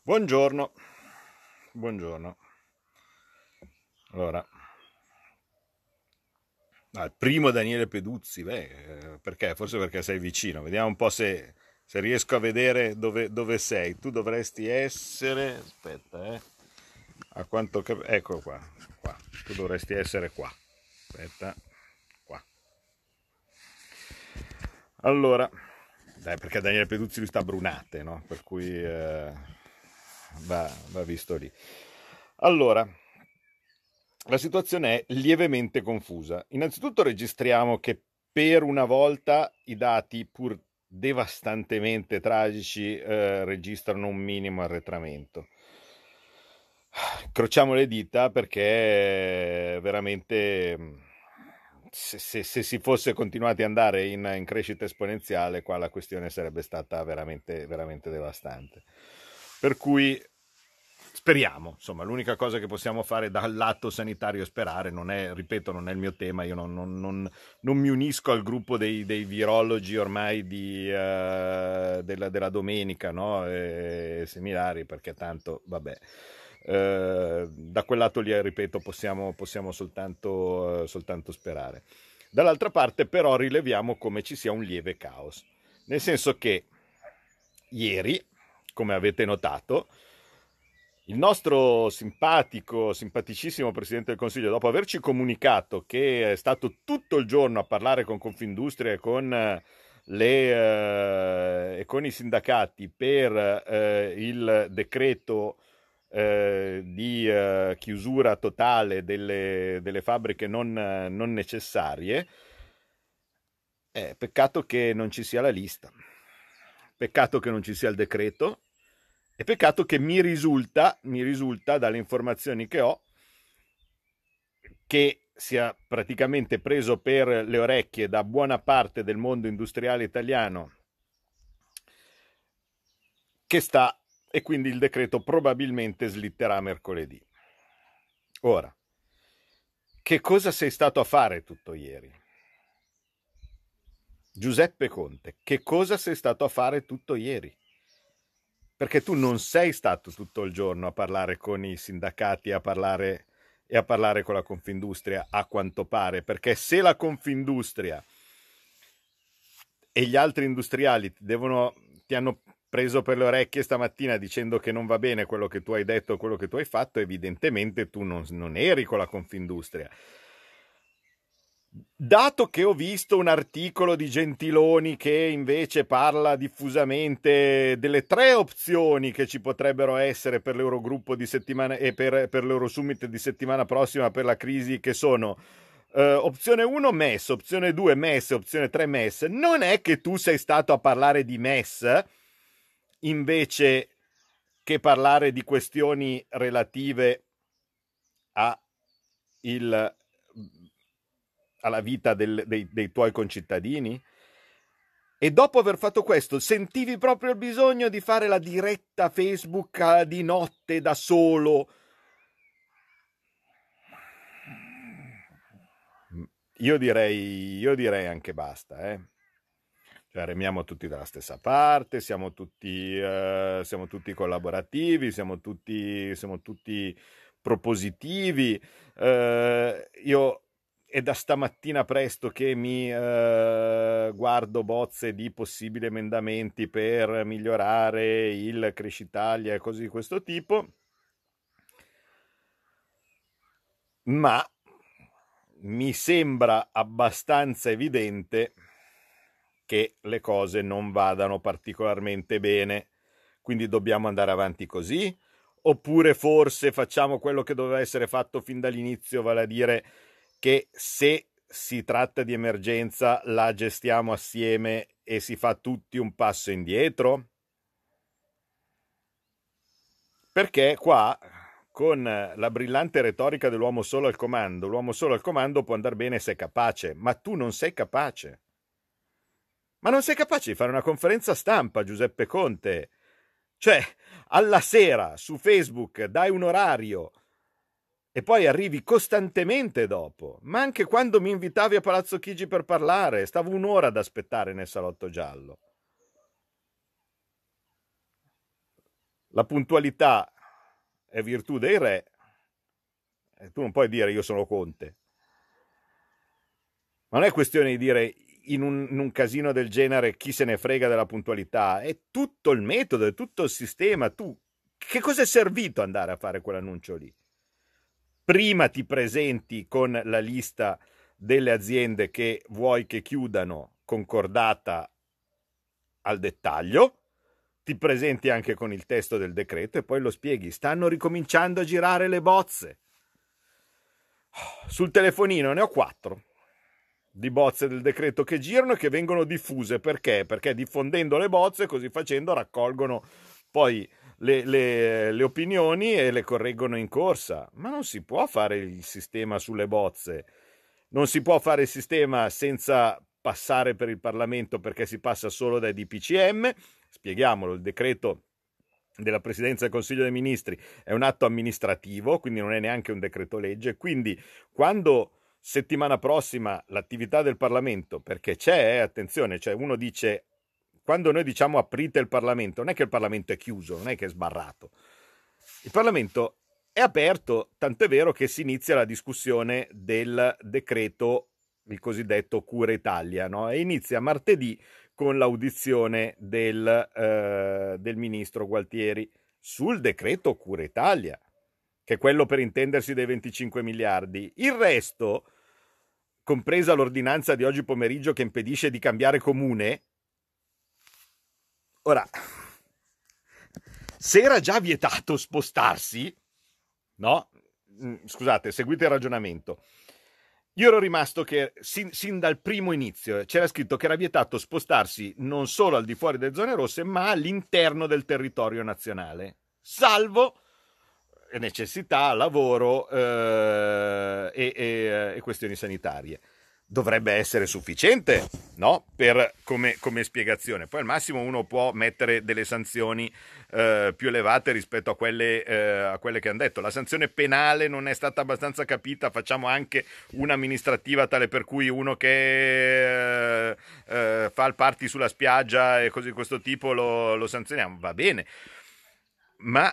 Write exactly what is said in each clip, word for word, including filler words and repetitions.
Buongiorno, buongiorno. Allora, ah, il primo Daniele Peduzzi, beh, eh, perché? Forse perché sei vicino. Vediamo un po' se, se riesco a vedere dove, dove sei. Tu dovresti essere, aspetta, eh, a quanto cap- ecco qua, qua. Tu dovresti essere qua. Aspetta, qua. Allora, dai, perché Daniele Peduzzi lui sta a Brunate, no? Per cui eh, va, va visto lì. Allora, la situazione è lievemente confusa. Innanzitutto registriamo che per una volta i dati, pur devastantemente tragici, eh, registrano un minimo arretramento. Crociamo le dita perché veramente se, se- se si fosse continuati ad andare in, in crescita esponenziale, qua la questione sarebbe stata veramente, veramente devastante. Per cui speriamo, insomma, l'unica cosa che possiamo fare dal lato sanitario è sperare, non è, ripeto, non è il mio tema, io non, non- non- non mi unisco al gruppo dei, dei virologi ormai di, eh, della, della domenica, no? E similari, perché tanto, vabbè. Eh, da quel lato lì, ripeto, possiamo, possiamo soltanto, eh, soltanto sperare. Dall'altra parte, però, rileviamo come ci sia un lieve caos, nel senso che ieri, come avete notato, il nostro simpatico, simpaticissimo Presidente del Consiglio, dopo averci comunicato che è stato tutto il giorno a parlare con Confindustria e con, eh, le, eh, e con i sindacati per eh, il decreto eh, di eh, chiusura totale delle, delle fabbriche non, non necessarie, eh, peccato che non ci sia la lista, peccato che non ci sia il decreto e peccato che mi risulta, mi risulta dalle informazioni che ho che sia praticamente preso per le orecchie da buona parte del mondo industriale italiano che sta e quindi il decreto probabilmente slitterà mercoledì. Ora, che cosa sei stato a fare tutto ieri? Giuseppe Conte, che cosa sei stato a fare tutto ieri? Perché tu non sei stato tutto il giorno a parlare con i sindacati a parlare, e a parlare con la Confindustria, a quanto pare, perché se la Confindustria e gli altri industriali ti, devono, ti hanno preso per le orecchie stamattina dicendo che non va bene quello che tu hai detto, quello che tu hai fatto, evidentemente tu non, non eri con la Confindustria. Dato che ho visto un articolo di Gentiloni che invece parla diffusamente delle tre opzioni che ci potrebbero essere per l'Eurogruppo di settimana e per, per l'Eurosummit di settimana prossima per la crisi, che sono eh, opzione uno M E S, opzione due M E S, opzione tre M E S, non è che tu sei stato a parlare di M E S invece che parlare di questioni relative a il, alla vita del, dei, dei tuoi concittadini? E dopo aver fatto questo, sentivi proprio il bisogno di fare la diretta Facebook di notte da solo? Io direi, io direi anche basta, eh. Cioè, remiamo tutti dalla stessa parte, siamo tutti, eh, siamo tutti collaborativi, siamo tutti, siamo tutti propositivi. Eh, io è da stamattina presto che mi eh, guardo bozze di possibili emendamenti per migliorare il Crescitalia e cose di questo tipo, ma mi sembra abbastanza evidente che le cose non vadano particolarmente bene. Quindi dobbiamo andare avanti così? Oppure forse facciamo quello che doveva essere fatto fin dall'inizio, vale a dire che se si tratta di emergenza la gestiamo assieme e si fa tutti un passo indietro? Perché qua, con la brillante retorica dell'uomo solo al comando, l'uomo solo al comando può andare bene se è capace, ma tu non sei capace. Ma non sei capace di fare una conferenza stampa, Giuseppe Conte? Cioè, alla sera su Facebook dai un orario e poi arrivi costantemente dopo. Ma anche quando mi invitavi a Palazzo Chigi per parlare, stavo un'ora ad aspettare nel salotto giallo. La puntualità è virtù dei re, e tu non puoi dire io sono Conte. Ma non è questione di dire in un, in un casino del genere chi se ne frega della puntualità, è tutto il metodo, è tutto il sistema. Tu che cosa è servito andare a fare quell'annuncio lì? Prima ti presenti con la lista delle aziende che vuoi che chiudano, concordata al dettaglio, ti presenti anche con il testo del decreto e poi lo spieghi. Stanno ricominciando a girare le bozze. Sul telefonino ne ho quattro di bozze del decreto che girano e che vengono diffuse. Perché? Perché diffondendo le bozze, così facendo, raccolgono poi le, le, le opinioni e le correggono in corsa. Ma non si può fare il sistema sulle bozze. Non si può fare il sistema senza passare per il Parlamento, perché si passa solo dai D P C M. Spieghiamolo, il decreto della Presidenza del Consiglio dei Ministri è un atto amministrativo, quindi non è neanche un decreto legge. Quindi quando settimana prossima l'attività del Parlamento, perché c'è, eh, attenzione, cioè uno dice, quando noi diciamo aprite il Parlamento, non è che il Parlamento è chiuso, non è che è sbarrato. Il Parlamento è aperto, tant'è vero che si inizia la discussione del decreto, il cosiddetto Cura Italia, no? E inizia martedì con l'audizione del, eh, del ministro Gualtieri sul decreto Cura Italia, che è quello, per intendersi, dei venticinque miliardi. Il resto, compresa l'ordinanza di oggi pomeriggio che impedisce di cambiare comune, ora, se era già vietato spostarsi, no? Scusate, seguite il ragionamento. Io ero rimasto che sin, sin dal primo inizio c'era scritto che era vietato spostarsi non solo al di fuori delle zone rosse, ma all'interno del territorio nazionale, salvo necessità, lavoro eh, e, e, e questioni sanitarie. Dovrebbe essere sufficiente, no? Per, come, come spiegazione. Poi al massimo uno può mettere delle sanzioni eh, più elevate rispetto a quelle, eh, a quelle che hanno detto. La sanzione penale non è stata abbastanza capita, facciamo anche un'amministrativa tale per cui uno che eh, eh, fa il party sulla spiaggia e cose di questo tipo lo, lo sanzioniamo. Va bene, ma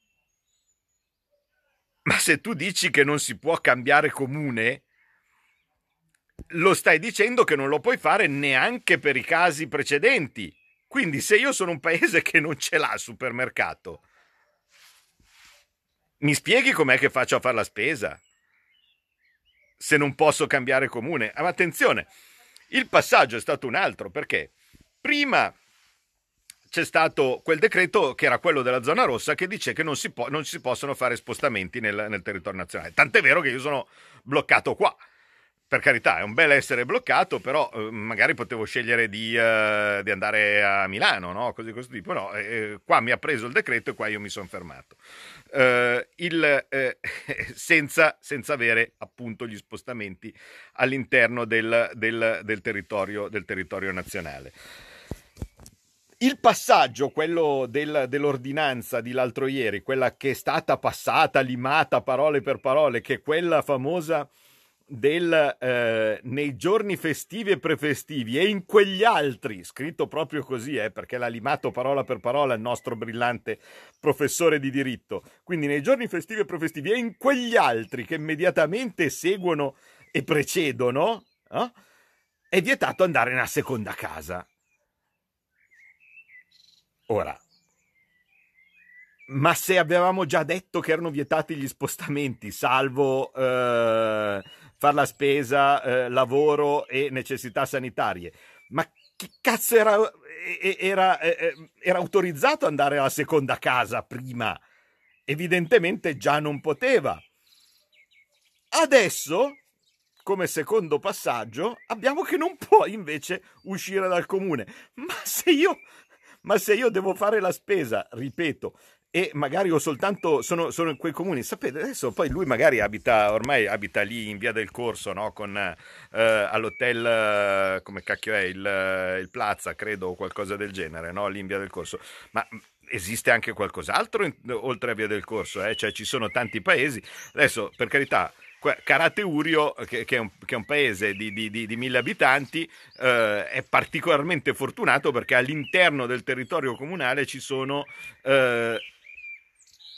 ma se tu dici che non si può cambiare comune, lo stai dicendo che non lo puoi fare neanche per i casi precedenti. Quindi se io sono un paese che non ce l'ha il supermercato, mi spieghi com'è che faccio a fare la spesa? Se non posso cambiare comune. Ma attenzione, il passaggio è stato un altro, perché prima c'è stato quel decreto che era quello della zona rossa che dice che non si, può, non si possono fare spostamenti nel, nel territorio nazionale. Tant'è vero che io sono bloccato qua. Per carità, è un bel essere bloccato, però eh, magari potevo scegliere di, uh, di andare a Milano, no? Così questo tipo. No, eh, qua mi ha preso il decreto e qua io mi sono fermato. Uh, il, eh, senza, senza avere appunto gli spostamenti all'interno del, del, del, territorio, del territorio nazionale. Il passaggio, quello del, dell'ordinanza di l'altro ieri, quella che è stata passata, limata parole per parole, che è quella famosa del eh, nei giorni festivi e prefestivi e in quegli altri, scritto proprio così, eh, perché l'ha limato parola per parola il nostro brillante professore di diritto, quindi nei giorni festivi e prefestivi e in quegli altri che immediatamente seguono e precedono, eh, è vietato andare nella seconda casa. Ora, ma se avevamo già detto che erano vietati gli spostamenti, salvo eh, far la spesa, eh, lavoro e necessità sanitarie, ma che cazzo era, era, era autorizzato ad andare alla seconda casa prima? Evidentemente già non poteva. Adesso, come secondo passaggio, abbiamo che non può invece uscire dal comune. Ma se io, ma se io devo fare la spesa, ripeto, e magari ho soltanto sono, sono in quei comuni, sapete, adesso poi lui magari abita, ormai abita lì in via del Corso, no? Con eh, all'hotel eh, come cacchio è il, il Plaza, credo, o qualcosa del genere, no? Lì in via del Corso, ma esiste anche qualcos'altro in, oltre a via del Corso, eh? Cioè ci sono tanti paesi, adesso per carità, Carateurio, che, che, è un, che è un paese di, di, di, di mille abitanti, eh, è particolarmente fortunato perché all'interno del territorio comunale ci sono eh,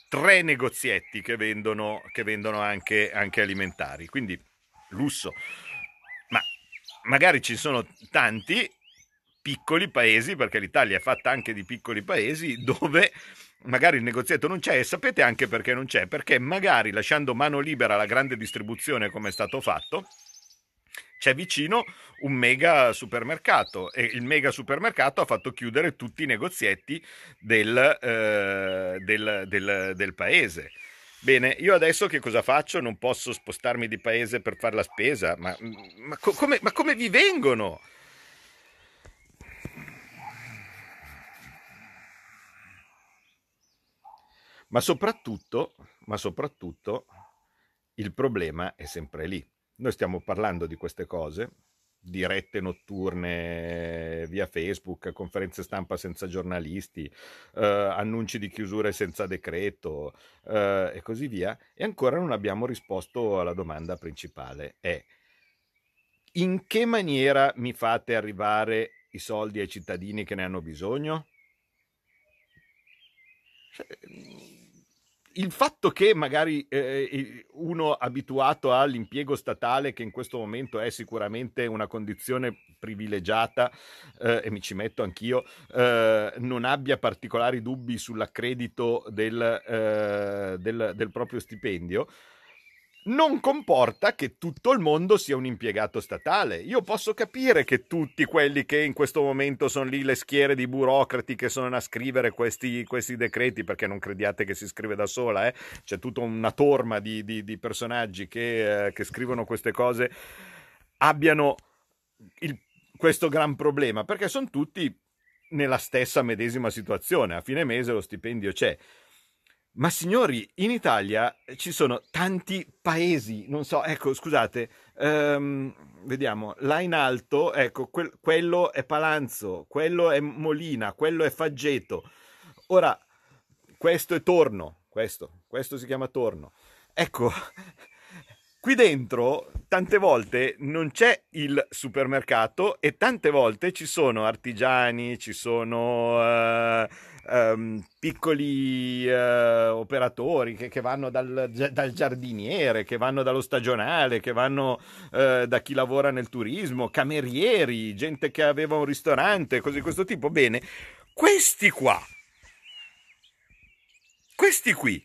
tre negozietti che vendono, che vendono anche, anche alimentari, quindi lusso. Ma magari ci sono tanti piccoli paesi, perché l'Italia è fatta anche di piccoli paesi, dove magari il negozietto non c'è, e sapete anche perché non c'è? Perché magari lasciando mano libera alla grande distribuzione, come è stato fatto, c'è vicino un mega supermercato, e il mega supermercato ha fatto chiudere tutti i negozietti del, eh, del, del, del paese. Bene, io adesso che cosa faccio? Non posso spostarmi di paese per fare la spesa, ma, ma, co- come, ma come vi vengono? Ma soprattutto, ma soprattutto il problema è sempre lì. Noi stiamo parlando di queste cose, dirette notturne via Facebook, conferenze stampa senza giornalisti, eh, annunci di chiusure senza decreto, eh, e così via, e ancora non abbiamo risposto alla domanda principale. È: in che maniera mi fate arrivare i soldi ai cittadini che ne hanno bisogno? Il fatto che magari eh, uno abituato all'impiego statale, che in questo momento è sicuramente una condizione privilegiata, eh, e mi ci metto anch'io, eh, non abbia particolari dubbi sull'accredito del, eh, del, del proprio stipendio, non comporta che tutto il mondo sia un impiegato statale. Io posso capire che tutti quelli che in questo momento sono lì, le schiere di burocrati che sono a scrivere questi, questi decreti, perché non crediate che si scrive da sola, eh? C'è tutta una torma di, di, di personaggi che, eh, che scrivono queste cose, abbiano il, questo gran problema, perché sono tutti nella stessa medesima situazione. A fine mese lo stipendio c'è. Ma signori, in Italia ci sono tanti paesi, non so, ecco, scusate, ehm, vediamo, là in alto, ecco, quel- quello è Palanzo, quello è Molina, quello è Faggeto. Ora, questo è Torno, questo, questo si chiama Torno. Ecco, qui dentro tante volte non c'è il supermercato, e tante volte ci sono artigiani, ci sono eh, ehm, piccoli eh, operatori che, che vanno dal, dal giardiniere, che vanno dallo stagionale, che vanno eh, da chi lavora nel turismo, camerieri, gente che aveva un ristorante, cose di questo tipo. Bene, questi qua, questi qui,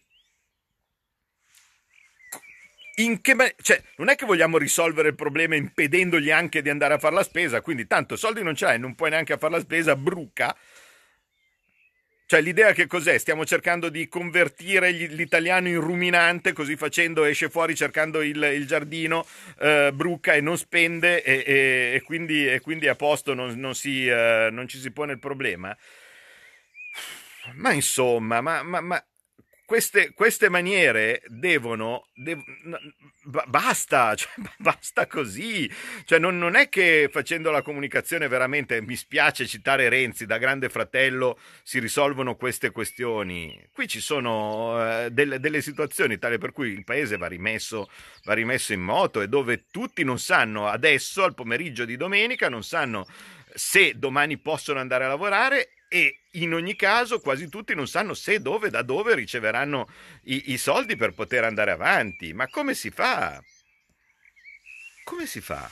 in che ma- cioè, non è che vogliamo risolvere il problema impedendogli anche di andare a fare la spesa, quindi tanto soldi non c'hai, non puoi neanche a fare la spesa, bruca. Cioè, l'idea che cos'è? Stiamo cercando di convertire gli- l'italiano in ruminante, così facendo esce fuori cercando il, il giardino, eh, bruca e non spende, e, e- e quindi, e quindi a posto non, non si, eh, non ci si pone il problema. Ma insomma, ma, ma- ma queste, queste maniere devono... dev- n- ba- basta, cioè, basta così. Cioè, non, non è che facendo la comunicazione, veramente, mi spiace citare Renzi, da Grande Fratello si risolvono queste questioni. Qui ci sono eh, delle, delle situazioni tali per cui il paese va rimesso, va rimesso in moto, e dove tutti non sanno adesso, al pomeriggio di domenica, non sanno se domani possono andare a lavorare, e in ogni caso quasi tutti non sanno se, dove, da dove riceveranno i, i soldi per poter andare avanti. Ma come si fa? Come si fa?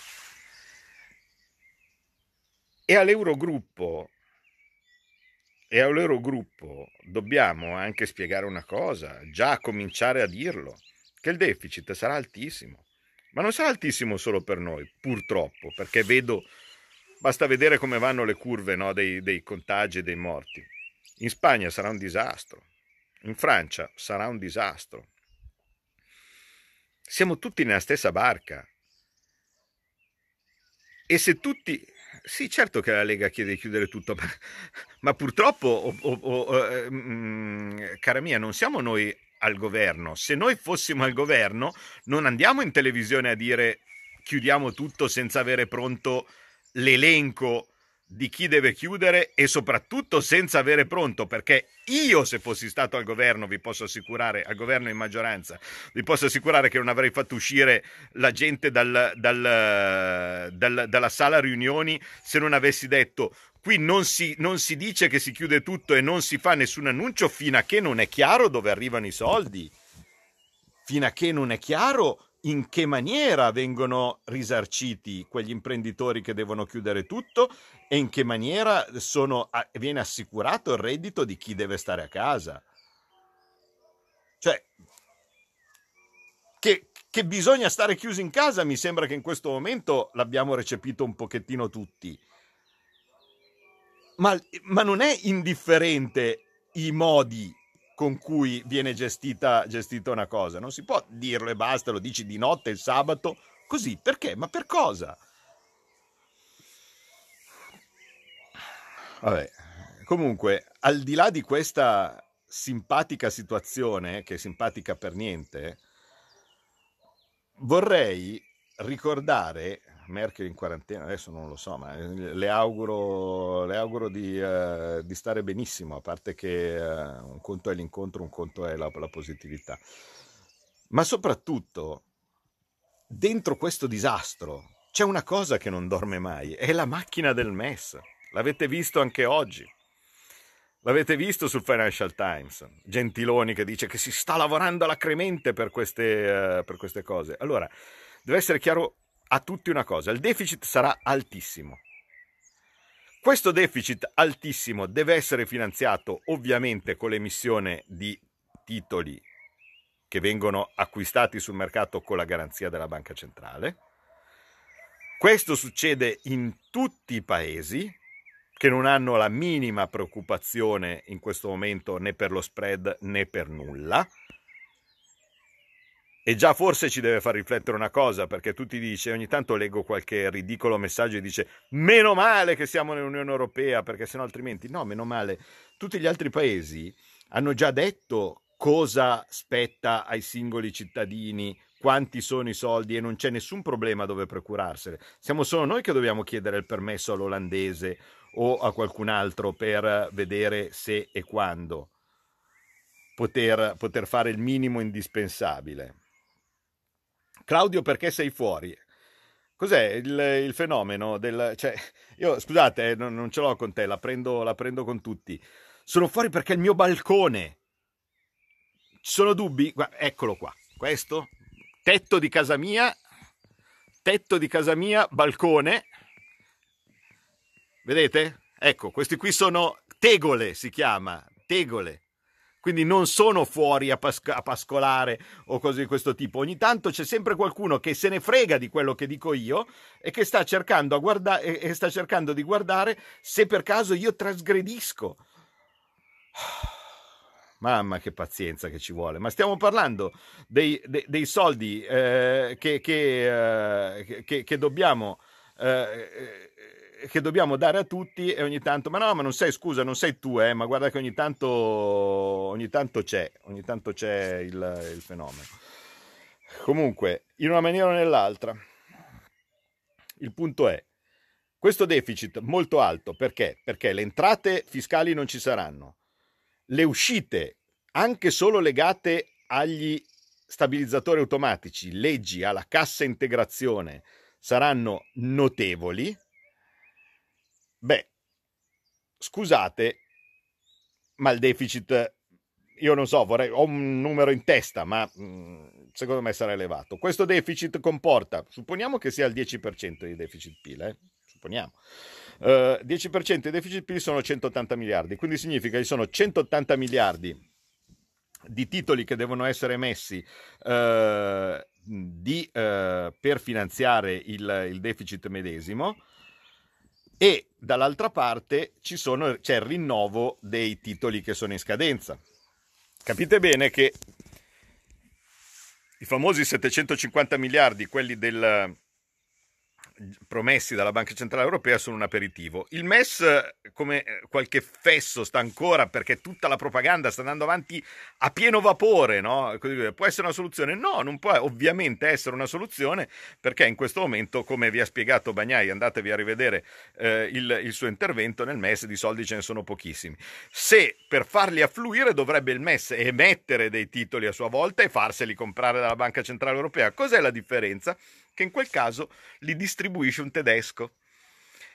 E all'Eurogruppo, e all'Eurogruppo dobbiamo anche spiegare una cosa, già cominciare a dirlo, che il deficit sarà altissimo. Ma non sarà altissimo solo per noi, purtroppo, perché vedo, basta vedere come vanno le curve, no, dei, dei contagi e dei morti. In Spagna sarà un disastro, in Francia sarà un disastro. Siamo tutti nella stessa barca. E se tutti... Sì, certo che la Lega chiede di chiudere tutto, ma, ma purtroppo, o, o, o, eh, mm, cara mia, non siamo noi al governo. Se noi fossimo al governo, non andiamo in televisione a dire chiudiamo tutto senza avere pronto l'elenco di chi deve chiudere, e soprattutto senza avere pronto, perché io, se fossi stato al governo, vi posso assicurare, al governo in maggioranza, vi posso assicurare che non avrei fatto uscire la gente dal, dal, dal, dalla sala riunioni se non avessi detto: qui non si, non si dice che si chiude tutto e non si fa nessun annuncio fino a che non è chiaro dove arrivano i soldi, fino a che non è chiaro in che maniera vengono risarciti quegli imprenditori che devono chiudere tutto e in che maniera sono, viene assicurato il reddito di chi deve stare a casa. Cioè, che, che bisogna stare chiusi in casa, mi sembra che in questo momento l'abbiamo recepito un pochettino tutti. Ma, ma non è indifferente i modi con cui viene gestita, gestita una cosa. Non si può dirlo e basta, lo dici di notte il sabato, così, perché? Ma per cosa? Vabbè, comunque, al di là di questa simpatica situazione, che è simpatica per niente, vorrei ricordare, Merkel in quarantena, adesso non lo so, ma le auguro, le auguro di, uh, di stare benissimo, a parte che uh, un conto è l'incontro, un conto è la, la positività. Ma soprattutto, dentro questo disastro, c'è una cosa che non dorme mai, è la macchina del M E S. L'avete visto anche oggi. L'avete visto sul Financial Times, Gentiloni che dice che si sta lavorando alacremente per queste, uh, per queste cose. Allora, deve essere chiaro a tutti una cosa, il deficit sarà altissimo. Questo deficit altissimo deve essere finanziato ovviamente con l'emissione di titoli che vengono acquistati sul mercato con la garanzia della banca centrale. Questo succede in tutti i paesi che non hanno la minima preoccupazione in questo momento né per lo spread né per nulla. E già forse ci deve far riflettere una cosa, perché tu ti dici, ogni tanto leggo qualche ridicolo messaggio e dice meno male che siamo nell'Unione Europea, perché sennò altrimenti, no, meno male. Tutti gli altri paesi hanno già detto cosa spetta ai singoli cittadini, quanti sono i soldi e non c'è nessun problema dove procurarsene. Siamo solo noi che dobbiamo chiedere il permesso all'olandese o a qualcun altro per vedere se e quando poter, poter fare il minimo indispensabile. Claudio, perché sei fuori? Cos'è il, il fenomeno del... Cioè, io, scusate, eh, non, non ce l'ho con te, la prendo, la prendo con tutti. Sono fuori perché è il mio balcone. Ci sono dubbi? Guarda, eccolo qua. Questo, tetto di casa mia, tetto di casa mia, balcone. Vedete? Ecco, questi qui sono tegole, si chiama, tegole. Quindi non sono fuori a, pas- a pascolare o cose di questo tipo. Ogni tanto c'è sempre qualcuno che se ne frega di quello che dico io e che sta cercando, a guarda- e sta cercando di guardare se per caso io trasgredisco. Mamma, che pazienza che ci vuole. Ma stiamo parlando dei, dei, dei soldi eh, che, che, eh, che, che dobbiamo... Eh, che dobbiamo dare a tutti e ogni tanto, ma no, ma non sei, scusa, non sei tu, eh, ma guarda che ogni tanto, ogni tanto c'è, ogni tanto c'è il, il fenomeno. Comunque, in una maniera o nell'altra, il punto è, questo deficit molto alto, perché? Perché le entrate fiscali non ci saranno, le uscite, anche solo legate agli stabilizzatori automatici, leggi alla cassa integrazione, saranno notevoli. Beh, scusate, ma il deficit, io non so, vorrei, ho un numero in testa, ma mh, secondo me sarà elevato. Questo deficit comporta, supponiamo che sia il dieci per cento di deficit P I L, eh? supponiamo. Uh, dieci per cento di deficit P I L sono centottanta miliardi, quindi significa che sono centottanta miliardi di titoli che devono essere emessi uh, di, uh, per finanziare il, il deficit medesimo. E dall'altra parte ci sono, c'è il rinnovo dei titoli che sono in scadenza. Capite bene che i famosi settecentocinquanta miliardi, quelli del, promessi dalla Banca Centrale Europea, sono un aperitivo. Il M E S, come qualche fesso, sta ancora, perché tutta la propaganda sta andando avanti a pieno vapore, no? Può essere una soluzione? No, non può ovviamente essere una soluzione, perché in questo momento, come vi ha spiegato Bagnai, andatevi a rivedere eh, il, il suo intervento, nel M E S di soldi ce ne sono pochissimi. Se per farli affluire dovrebbe il M E S emettere dei titoli a sua volta e farseli comprare dalla Banca Centrale Europea. Cos'è la differenza? Che in quel caso li distribuisce un tedesco.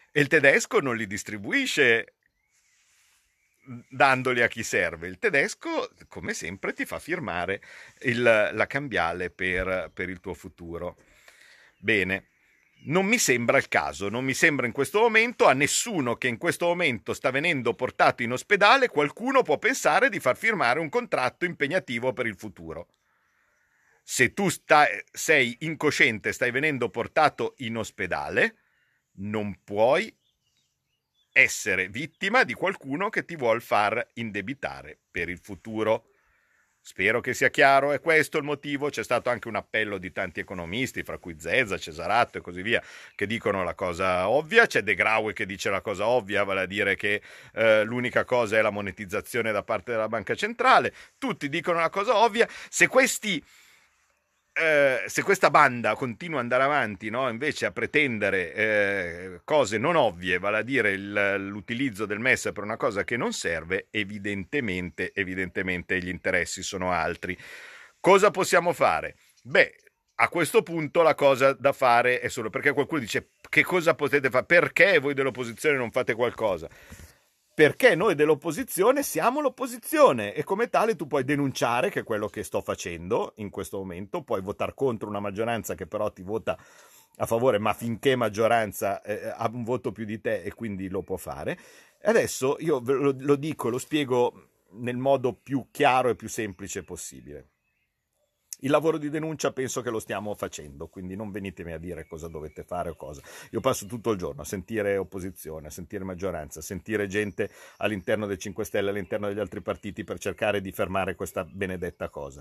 e il tedesco non li distribuisce dandoli a chi serve. Il tedesco, come sempre, ti fa firmare il, la cambiale per, per il tuo futuro. Bene, non mi sembra il caso, non mi sembra in questo momento, a nessuno che in questo momento sta venendo portato in ospedale, qualcuno può pensare di far firmare un contratto impegnativo per il futuro. Se tu stai, sei incosciente, stai venendo portato in ospedale, non puoi essere vittima di qualcuno che ti vuol far indebitare per il futuro. Spero che sia chiaro, è questo il motivo. C'è stato anche un appello di tanti economisti, fra cui Zezza, Cesaratto e così via, che dicono la cosa ovvia. C'è De Graue che dice la cosa ovvia, vale a dire che eh, l'unica cosa è la monetizzazione da parte della banca centrale. Tutti dicono la cosa ovvia. Se questi Eh, se questa banda continua ad andare avanti, no, invece a pretendere eh, cose non ovvie, vale a dire il, l'utilizzo del M E S per una cosa che non serve, evidentemente, evidentemente gli interessi sono altri. Cosa possiamo fare? Beh, a questo punto la cosa da fare è solo perché qualcuno dice che cosa potete fare? Perché voi dell'opposizione non fate qualcosa? Perché noi dell'opposizione siamo l'opposizione e come tale tu puoi denunciare, che è quello che sto facendo in questo momento, puoi votare contro una maggioranza che però ti vota a favore, ma finché maggioranza eh, ha un voto più di te e quindi lo può fare. Adesso io lo, lo dico, lo spiego nel modo più chiaro e più semplice possibile. Il lavoro di denuncia penso che lo stiamo facendo, quindi non venitemi a dire cosa dovete fare o cosa. Io passo tutto il giorno a sentire opposizione, a sentire maggioranza, a sentire gente all'interno dei cinque Stelle, all'interno degli altri partiti per cercare di fermare questa benedetta cosa.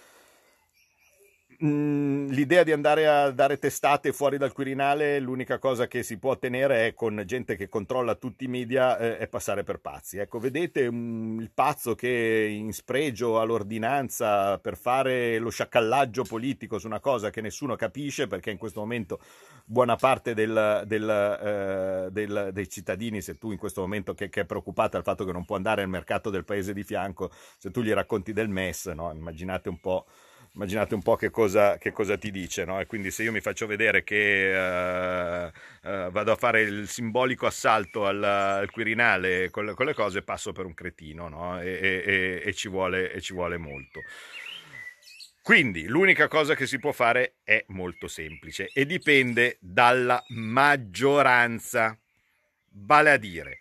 L'idea di andare a dare testate fuori dal Quirinale, l'unica cosa che si può ottenere è con gente che controlla tutti i media eh, è passare per pazzi. Ecco, vedete um, il pazzo che in spregio all'ordinanza per fare lo sciacallaggio politico su una cosa che nessuno capisce, perché in questo momento buona parte del, del, eh, del, dei cittadini, se tu in questo momento che, che è preoccupata del fatto che non può andare al mercato del paese di fianco, se tu gli racconti del M E S, no? Immaginate un po'. Immaginate un po' che cosa, che cosa ti dice, no? E quindi se io mi faccio vedere che uh, uh, vado a fare il simbolico assalto al, al Quirinale con le, con le cose, passo per un cretino, no? E, e, e, ci vuole, e ci vuole molto. Quindi l'unica cosa che si può fare è molto semplice e dipende dalla maggioranza. Vale a dire,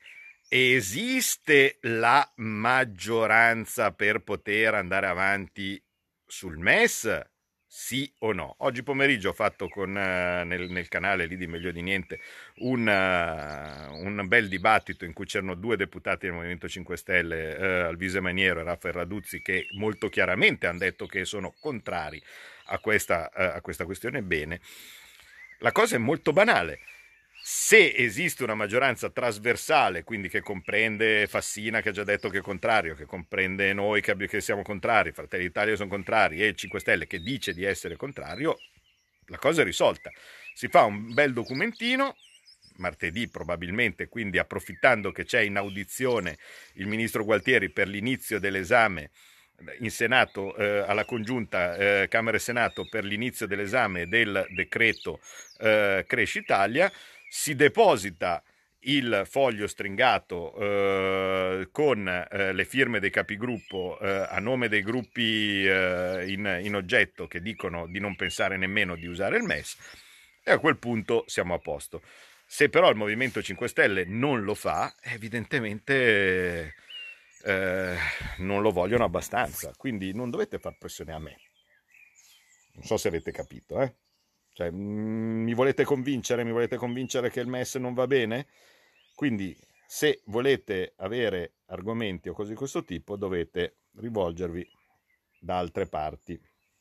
esiste la maggioranza per poter andare avanti sul M E S, sì o no? Oggi pomeriggio ho fatto con, uh, nel, nel canale lì di Meglio di Niente un, uh, un bel dibattito in cui c'erano due deputati del Movimento cinque Stelle, uh, Alvise Maniero e Raffaele Raduzzi, che molto chiaramente hanno detto che sono contrari a questa, uh, a questa questione. Bene, la cosa è molto banale. Se esiste una maggioranza trasversale, quindi che comprende Fassina che ha già detto che è contrario, che comprende noi che, che siamo contrari, Fratelli d'Italia sono contrari e il cinque Stelle che dice di essere contrario, la cosa è risolta. Si fa un bel documentino, martedì probabilmente, quindi approfittando che c'è in audizione il ministro Gualtieri per l'inizio dell'esame in Senato, eh, alla congiunta eh, Camera e Senato per l'inizio dell'esame del decreto eh, Cresci Italia, si deposita il foglio stringato eh, con eh, le firme dei capigruppo eh, a nome dei gruppi eh, in, in oggetto che dicono di non pensare nemmeno di usare il M E S, e a quel punto siamo a posto. Se però il Movimento cinque Stelle non lo fa, evidentemente eh, non lo vogliono abbastanza, quindi non dovete far pressione a me. Non so se avete capito, eh? Cioè, mh, mi volete convincere? Mi volete convincere che il M E S non va bene? Quindi, se volete avere argomenti o cose di questo tipo, dovete rivolgervi da altre parti.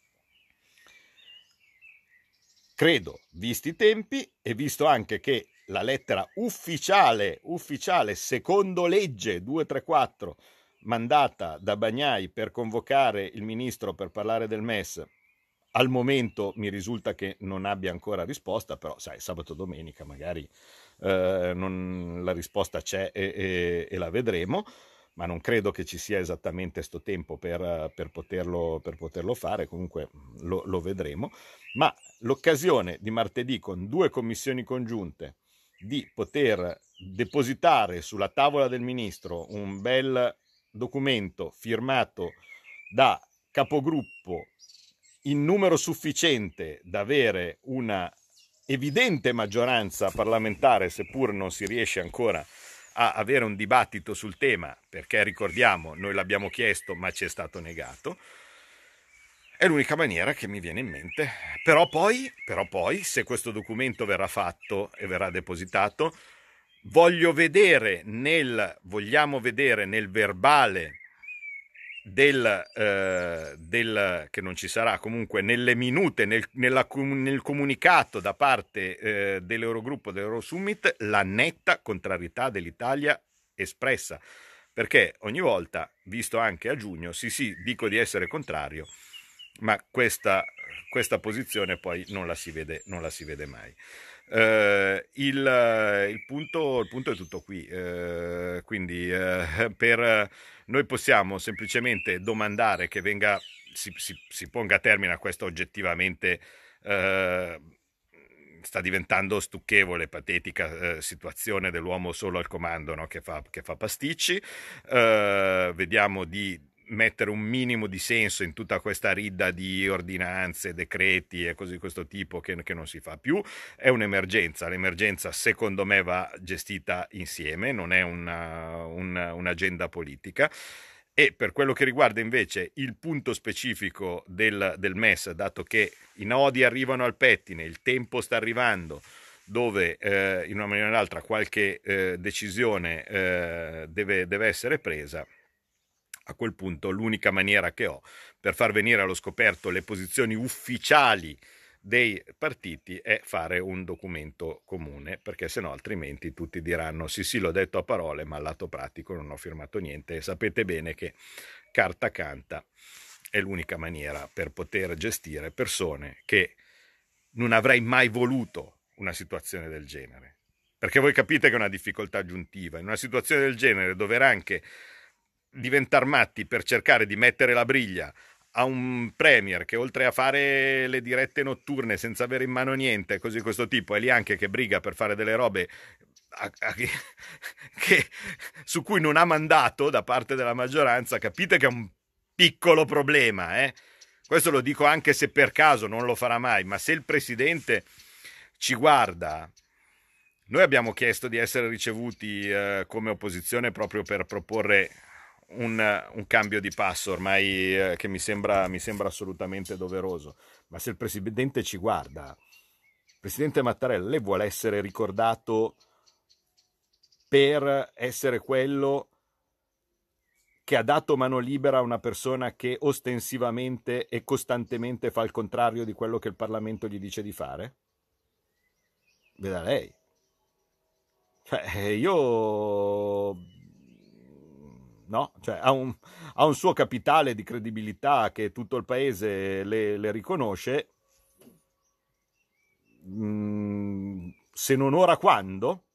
Credo, visti i tempi e visto anche che la lettera ufficiale, ufficiale, secondo legge duecentotrentaquattro, mandata da Bagnai per convocare il ministro per parlare del M E S, al momento mi risulta che non abbia ancora risposta, però sai, sabato domenica magari eh, non, la risposta c'è e, e, e la vedremo, ma non credo che ci sia esattamente sto tempo per, per, poterlo, per poterlo fare, comunque lo, lo vedremo. Ma l'occasione di martedì con due commissioni congiunte di poter depositare sulla tavola del ministro un bel documento firmato da capogruppo in numero sufficiente da avere una evidente maggioranza parlamentare, seppur non si riesce ancora a avere un dibattito sul tema, perché ricordiamo, noi l'abbiamo chiesto ma ci è stato negato. È l'unica maniera che mi viene in mente. Però poi, però poi, se questo documento verrà fatto e verrà depositato, voglio vedere nel, vogliamo vedere nel verbale del, eh, del che non ci sarà comunque, nelle minute, nel, nella, nel comunicato da parte eh, dell'Eurogruppo, dell'Eurosummit, la netta contrarietà dell'Italia espressa. Perché ogni volta, visto anche a giugno, sì sì, dico di essere contrario, ma questa, questa posizione poi non la si vede, non la si vede mai. Uh, il, il, punto, il punto è tutto qui, uh, quindi uh, per noi possiamo semplicemente domandare che venga, si, si, si ponga a termine a questa oggettivamente uh, sta diventando stucchevole, patetica uh, situazione dell'uomo solo al comando, no? che, fa, che fa pasticci. Uh, vediamo di mettere un minimo di senso in tutta questa ridda di ordinanze, decreti e cose di questo tipo che, che non si fa più. È un'emergenza, l'emergenza secondo me va gestita insieme, non è una, una, un'agenda politica. E per quello che riguarda invece il punto specifico del, del M E S, dato che i nodi arrivano al pettine, il tempo sta arrivando, dove eh, in una maniera o nell'altra qualche eh, decisione eh, deve, deve essere presa, a quel punto l'unica maniera che ho per far venire allo scoperto le posizioni ufficiali dei partiti è fare un documento comune, perché sennò altrimenti tutti diranno sì sì l'ho detto a parole ma al lato pratico non ho firmato niente, e sapete bene che carta canta è l'unica maniera per poter gestire persone che non avrei mai voluto una situazione del genere, perché voi capite che è una difficoltà aggiuntiva in una situazione del genere, dover anche diventare matti per cercare di mettere la briglia a un premier che oltre a fare le dirette notturne senza avere in mano niente, così questo tipo è lì anche che briga per fare delle robe a, a, che, su cui non ha mandato da parte della maggioranza, capite che è un piccolo problema, eh? Questo lo dico anche se per caso non lo farà mai, ma se il presidente ci guarda. Noi abbiamo chiesto di essere ricevuti eh, come opposizione proprio per proporre Un, un cambio di passo ormai eh, che mi sembra, mi sembra assolutamente doveroso, ma se il presidente ci guarda, presidente Mattarella, lei vuole essere ricordato per essere quello che ha dato mano libera a una persona che ostensivamente e costantemente fa il contrario di quello che il Parlamento gli dice di fare? Veda lei. Cioè, io no, cioè ha un, ha un suo capitale di credibilità che tutto il paese le, le riconosce. Mm, se non ora quando?